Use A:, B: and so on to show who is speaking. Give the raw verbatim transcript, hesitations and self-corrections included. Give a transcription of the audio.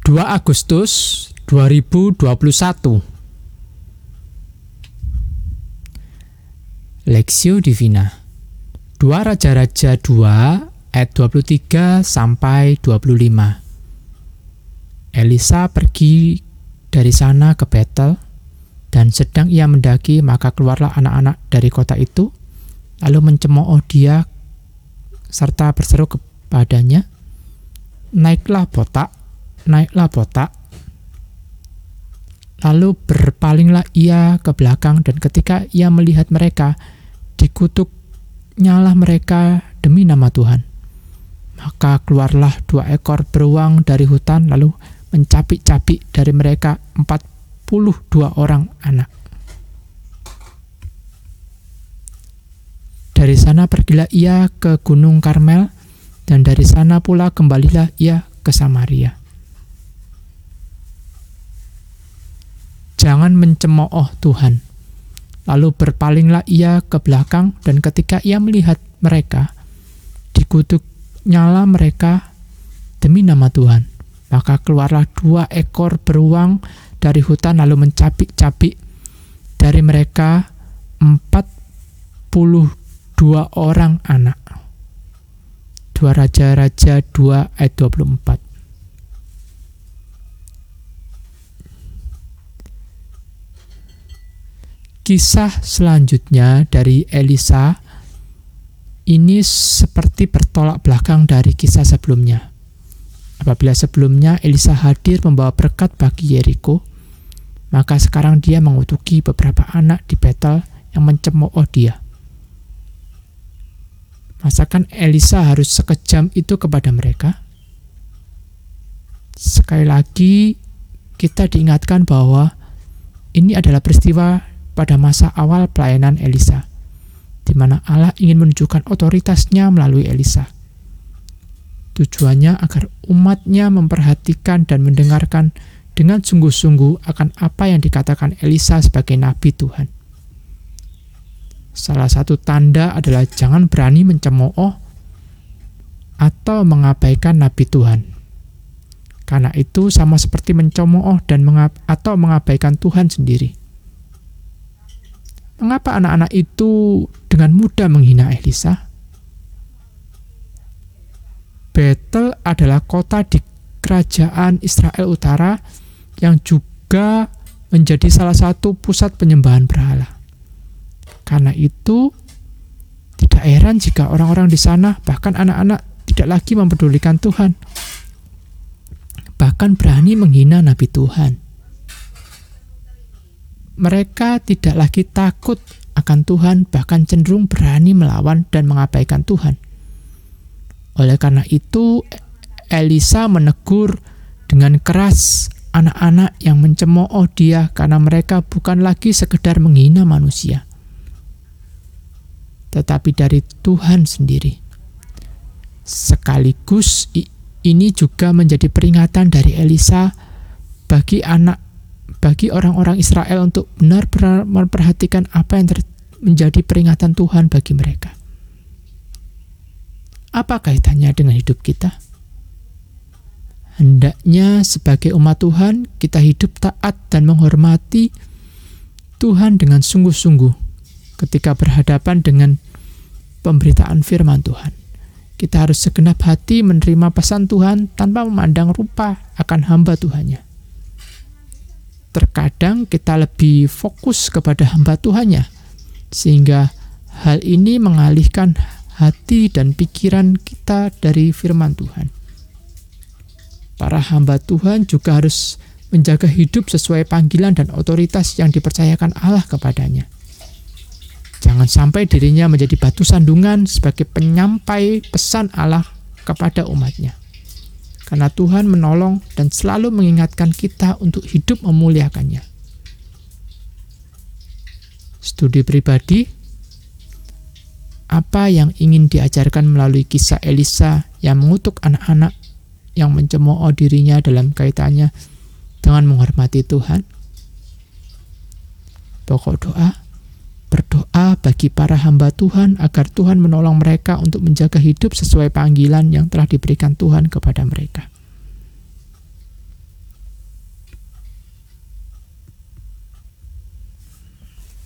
A: dua Agustus dua ribu dua puluh satu. Lexio Divina dua Raja-Raja dua ayat dua puluh tiga sampai dua puluh lima. Elisa pergi dari sana ke Betel, dan sedang ia mendaki, maka keluarlah anak-anak dari kota itu, lalu mencemooh dia serta berseru kepadanya, "Naiklah botak, naiklah botak." Lalu berpalinglah ia ke belakang, dan ketika ia melihat mereka, dikutuknyalah mereka demi nama Tuhan. Maka keluarlah dua ekor beruang dari hutan, lalu mencapik-capik dari mereka empat puluh dua orang anak. Dari sana pergilah ia ke Gunung Karmel, dan dari sana pula kembalilah ia ke Samaria. Jangan mencemooh Tuhan. Lalu berpalinglah ia ke belakang, dan ketika ia melihat mereka, dikutuknyalah mereka demi nama Tuhan. Maka keluarlah dua ekor beruang dari hutan, lalu mencapik-capik dari mereka empat puluh dua orang anak. Dua Raja-Raja dua ayat dua puluh empat. Kisah selanjutnya dari Elisa ini seperti bertolak belakang dari kisah sebelumnya. Apabila sebelumnya Elisa hadir membawa berkat bagi Yeriko, maka sekarang dia mengutuki beberapa anak di Betel yang mencemooh dia. Masakan Elisa harus sekejam itu kepada mereka? Sekali lagi kita diingatkan bahwa ini adalah peristiwa pada masa awal pelayanan Elisa, di mana Allah ingin menunjukkan otoritasnya melalui Elisa. Tujuannya agar umatnya memperhatikan dan mendengarkan dengan sungguh-sungguh akan apa yang dikatakan Elisa sebagai nabi Tuhan. Salah satu tanda adalah jangan berani mencemooh atau mengabaikan nabi Tuhan. Karena itu sama seperti mencemooh dan mengab- atau mengabaikan Tuhan sendiri. Mengapa anak-anak itu dengan mudah menghina Elisa? Betel adalah kota di kerajaan Israel Utara yang juga menjadi salah satu pusat penyembahan berhala. Karena itu, tidak heran jika orang-orang di sana, bahkan anak-anak, tidak lagi mempedulikan Tuhan. Bahkan berani menghina nabi Tuhan. Mereka tidak lagi takut akan Tuhan, bahkan cenderung berani melawan dan mengabaikan Tuhan. Oleh karena itu, Elisa menegur dengan keras anak-anak yang mencemooh dia karena mereka bukan lagi sekedar menghina manusia, tetapi dari Tuhan sendiri. Sekaligus ini juga menjadi peringatan dari Elisa bagi anak bagi orang-orang Israel untuk benar-benar memperhatikan apa yang ter- menjadi peringatan Tuhan bagi mereka. Apa kaitannya dengan hidup kita? Hendaknya sebagai umat Tuhan, kita hidup taat dan menghormati Tuhan dengan sungguh-sungguh ketika berhadapan dengan pemberitaan firman Tuhan. Kita harus segenap hati menerima pesan Tuhan tanpa memandang rupa akan hamba Tuhannya. Terkadang kita lebih fokus kepada hamba Tuhannya, sehingga hal ini mengalihkan hati dan pikiran kita dari firman Tuhan. Para hamba Tuhan juga harus menjaga hidup sesuai panggilan dan otoritas yang dipercayakan Allah kepadanya. Jangan sampai dirinya menjadi batu sandungan sebagai penyampai pesan Allah kepada umatnya. Karena Tuhan menolong dan selalu mengingatkan kita untuk hidup memuliakannya. Studi pribadi, apa yang ingin diajarkan melalui kisah Elisa yang mengutuk anak-anak yang mencemooh dirinya dalam kaitannya dengan menghormati Tuhan? Pokok doa, berdoa bagi para hamba Tuhan agar Tuhan menolong mereka untuk menjaga hidup sesuai panggilan yang telah diberikan Tuhan kepada mereka.